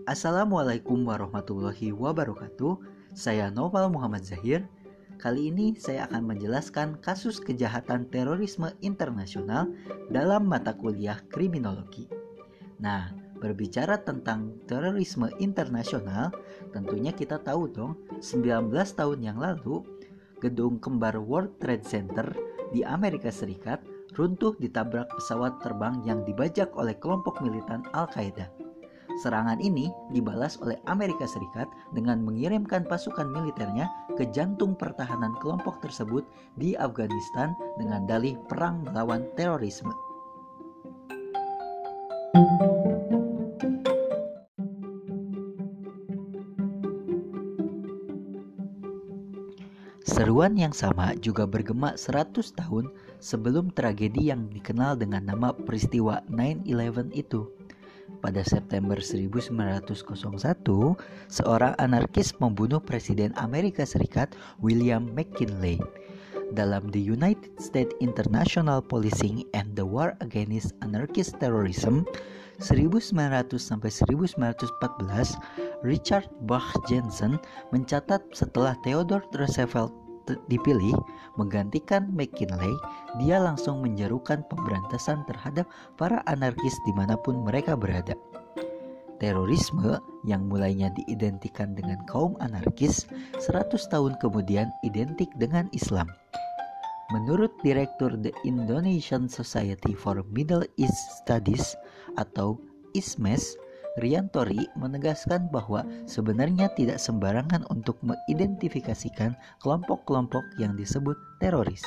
Assalamualaikum warahmatullahi wabarakatuh. Saya Noval Muhammad Zahir. Kali ini saya akan menjelaskan kasus kejahatan terorisme internasional dalam mata kuliah kriminologi. Nah, berbicara tentang terorisme internasional, tentunya kita tahu dong, 19 tahun yang lalu, gedung kembar World Trade Center di Amerika Serikat runtuh ditabrak pesawat terbang yang dibajak oleh kelompok militan Al-Qaeda. Serangan ini dibalas oleh Amerika Serikat dengan mengirimkan pasukan militernya ke jantung pertahanan kelompok tersebut di Afghanistan dengan dalih perang melawan terorisme. Seruan yang sama juga bergema 100 tahun sebelum tragedi yang dikenal dengan nama peristiwa 9/11 itu. Pada September 1901, seorang anarkis membunuh Presiden Amerika Serikat William McKinley. Dalam The United States International Policing and the War Against Anarchist Terrorism 1900-1914, Richard Bach Jensen mencatat setelah Theodore Roosevelt dipilih menggantikan McKinley, dia langsung menyerukan pemberantasan terhadap para anarkis dimanapun mereka berada. Terorisme yang mulainya diidentikan dengan kaum anarkis 100 tahun kemudian identik dengan Islam. Menurut Direktur The Indonesian Society for Middle East Studies atau ISMES, Riantori menegaskan bahwa sebenarnya tidak sembarangan untuk mengidentifikasikan kelompok-kelompok yang disebut teroris.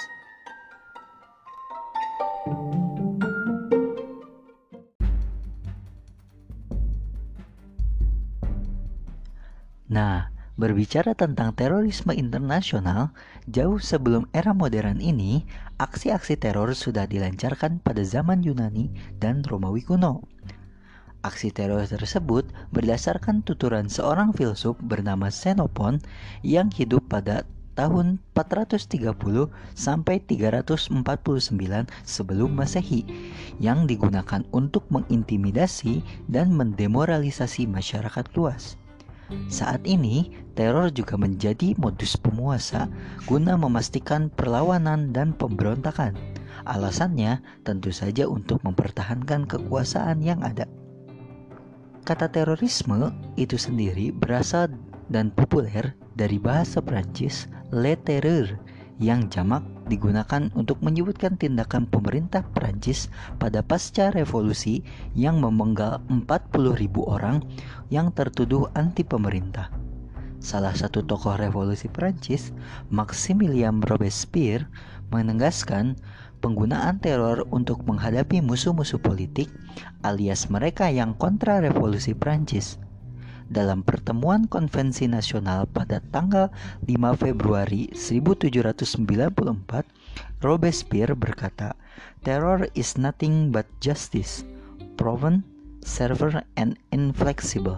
Nah, berbicara tentang terorisme internasional, jauh sebelum era modern ini, aksi-aksi teror sudah dilancarkan pada zaman Yunani dan Romawi kuno. Aksi teror tersebut berdasarkan tuturan seorang filsuf bernama Xenophon yang hidup pada tahun 430 sampai 349 sebelum Masehi, yang digunakan untuk mengintimidasi dan mendemoralisasi masyarakat luas. Saat ini, teror juga menjadi modus penguasa guna memastikan perlawanan dan pemberontakan. Alasannya tentu saja untuk mempertahankan kekuasaan yang ada. Kata terorisme itu sendiri berasal dan populer dari bahasa Prancis le terreur, yang jamak digunakan untuk menyebutkan tindakan pemerintah Prancis pada pasca revolusi yang memenggal 40.000 orang yang tertuduh anti pemerintah. Salah satu tokoh revolusi Prancis, Maximilien Robespierre, menegaskan penggunaan teror untuk menghadapi musuh-musuh politik alias mereka yang kontra revolusi Prancis. Dalam pertemuan konvensi nasional pada tanggal 5 Februari 1794, Robespierre berkata, "Terror is nothing but justice, proven, severe, and inflexible."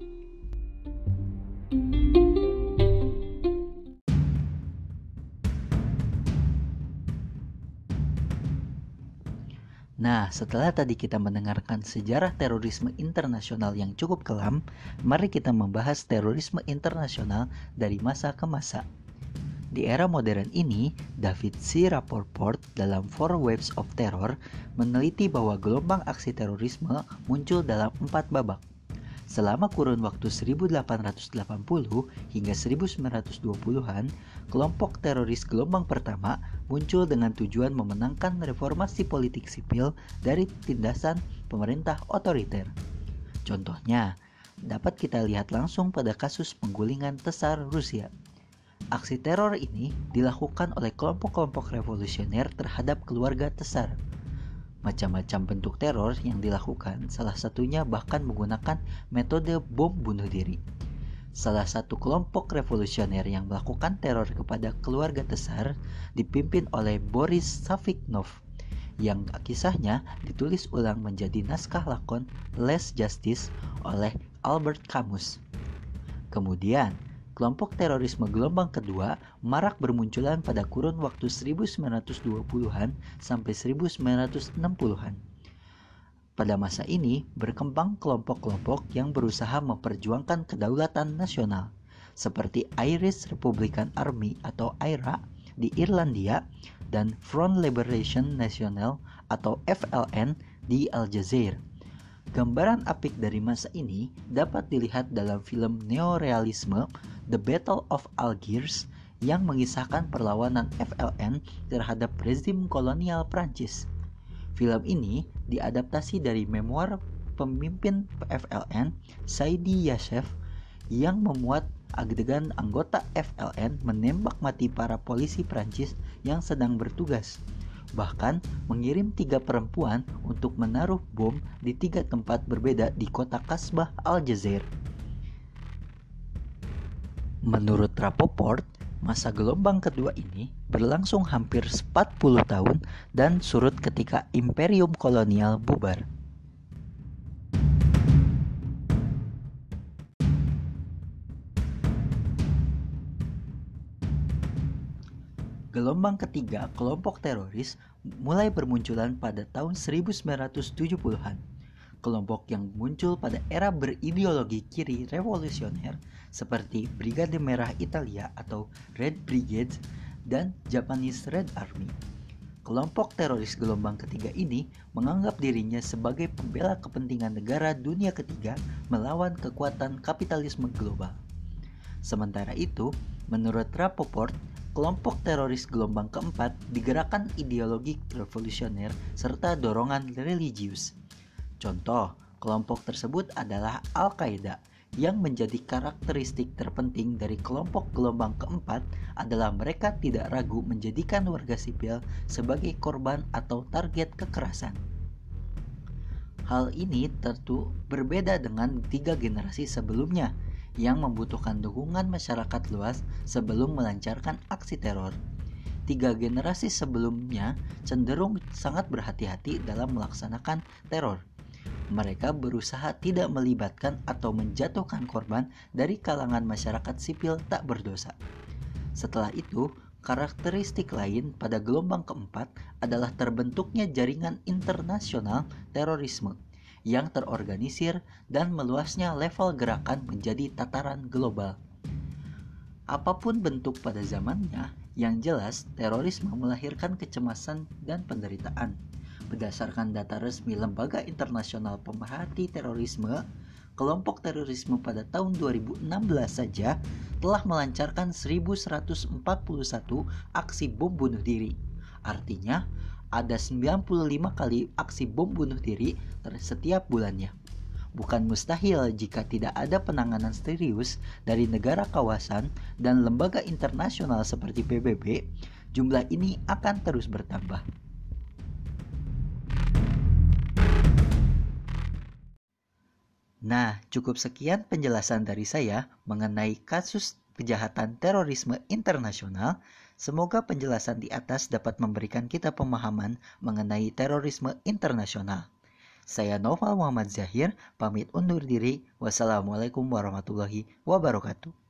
Nah, setelah tadi kita mendengarkan sejarah terorisme internasional yang cukup kelam, mari kita membahas terorisme internasional dari masa ke masa. Di era modern ini, David C. Rappaport dalam Four Waves of Terror meneliti bahwa gelombang aksi terorisme muncul dalam 4 babak. Selama kurun waktu 1880 hingga 1920-an, kelompok teroris gelombang pertama muncul dengan tujuan memenangkan reformasi politik sipil dari tindasan pemerintah otoriter. Contohnya, dapat kita lihat langsung pada kasus penggulingan Tsar Rusia. Aksi teror ini dilakukan oleh kelompok-kelompok revolusioner terhadap keluarga Tsar. Macam-macam bentuk teror yang dilakukan, salah satunya bahkan menggunakan metode bom bunuh diri. Salah satu kelompok revolusioner yang melakukan teror kepada keluarga Tsar dipimpin oleh Boris Safiknov, yang kisahnya ditulis ulang menjadi naskah lakon Les Justice oleh Albert Camus. Kemudian, kelompok terorisme gelombang kedua marak bermunculan pada kurun waktu 1920-an sampai 1960-an. Pada masa ini, berkembang kelompok-kelompok yang berusaha memperjuangkan kedaulatan nasional, seperti Irish Republican Army atau IRA di Irlandia dan Front Liberation National atau FLN di Aljazair. Gambaran apik dari masa ini dapat dilihat dalam film neorealisme The Battle of Algiers yang mengisahkan perlawanan FLN terhadap rezim kolonial Prancis. Film ini diadaptasi dari memoir pemimpin FLN, Saidi Yasef, yang memuat adegan anggota FLN menembak mati para polisi Prancis yang sedang bertugas. Bahkan mengirim 3 perempuan untuk menaruh bom di 3 tempat berbeda di kota Kasbah Aljazair. Menurut Rapoport, masa gelombang kedua ini berlangsung hampir 40 tahun dan surut ketika imperium kolonial bubar. Gelombang ketiga kelompok teroris mulai bermunculan pada tahun 1970-an. Kelompok yang muncul pada era berideologi kiri revolusioner seperti Brigade Merah Italia atau Red Brigade dan Japanese Red Army. Kelompok teroris gelombang ketiga ini menganggap dirinya sebagai pembela kepentingan negara dunia ketiga melawan kekuatan kapitalisme global. Sementara itu, menurut Rapoport, kelompok teroris gelombang keempat digerakkan ideologi revolusioner serta dorongan religius. Contoh, kelompok tersebut adalah Al-Qaeda, yang menjadi karakteristik terpenting dari kelompok gelombang keempat adalah mereka tidak ragu menjadikan warga sipil sebagai korban atau target kekerasan. Hal ini tentu berbeda dengan 3 generasi sebelumnya yang membutuhkan dukungan masyarakat luas sebelum melancarkan aksi teror. 3 generasi sebelumnya cenderung sangat berhati-hati dalam melaksanakan teror. Mereka berusaha tidak melibatkan atau menjatuhkan korban dari kalangan masyarakat sipil tak berdosa. Setelah itu, karakteristik lain pada gelombang keempat adalah terbentuknya jaringan internasional terorisme yang terorganisir dan meluasnya level gerakan menjadi tataran global. Apapun bentuk pada zamannya, yang jelas terorisme melahirkan kecemasan dan penderitaan. Berdasarkan data resmi Lembaga Internasional Pemerhati Terorisme, kelompok terorisme pada tahun 2016 saja telah melancarkan 1.141 aksi bom bunuh diri. Artinya, ada 95 kali aksi bom bunuh diri setiap bulannya. Bukan mustahil jika tidak ada penanganan serius dari negara kawasan dan lembaga internasional seperti PBB, jumlah ini akan terus bertambah. Nah, cukup sekian penjelasan dari saya mengenai kasus kejahatan terorisme internasional. Semoga penjelasan di atas dapat memberikan kita pemahaman mengenai terorisme internasional. Saya Noval Muhammad Zahir, pamit undur diri. Wassalamualaikum warahmatullahi wabarakatuh.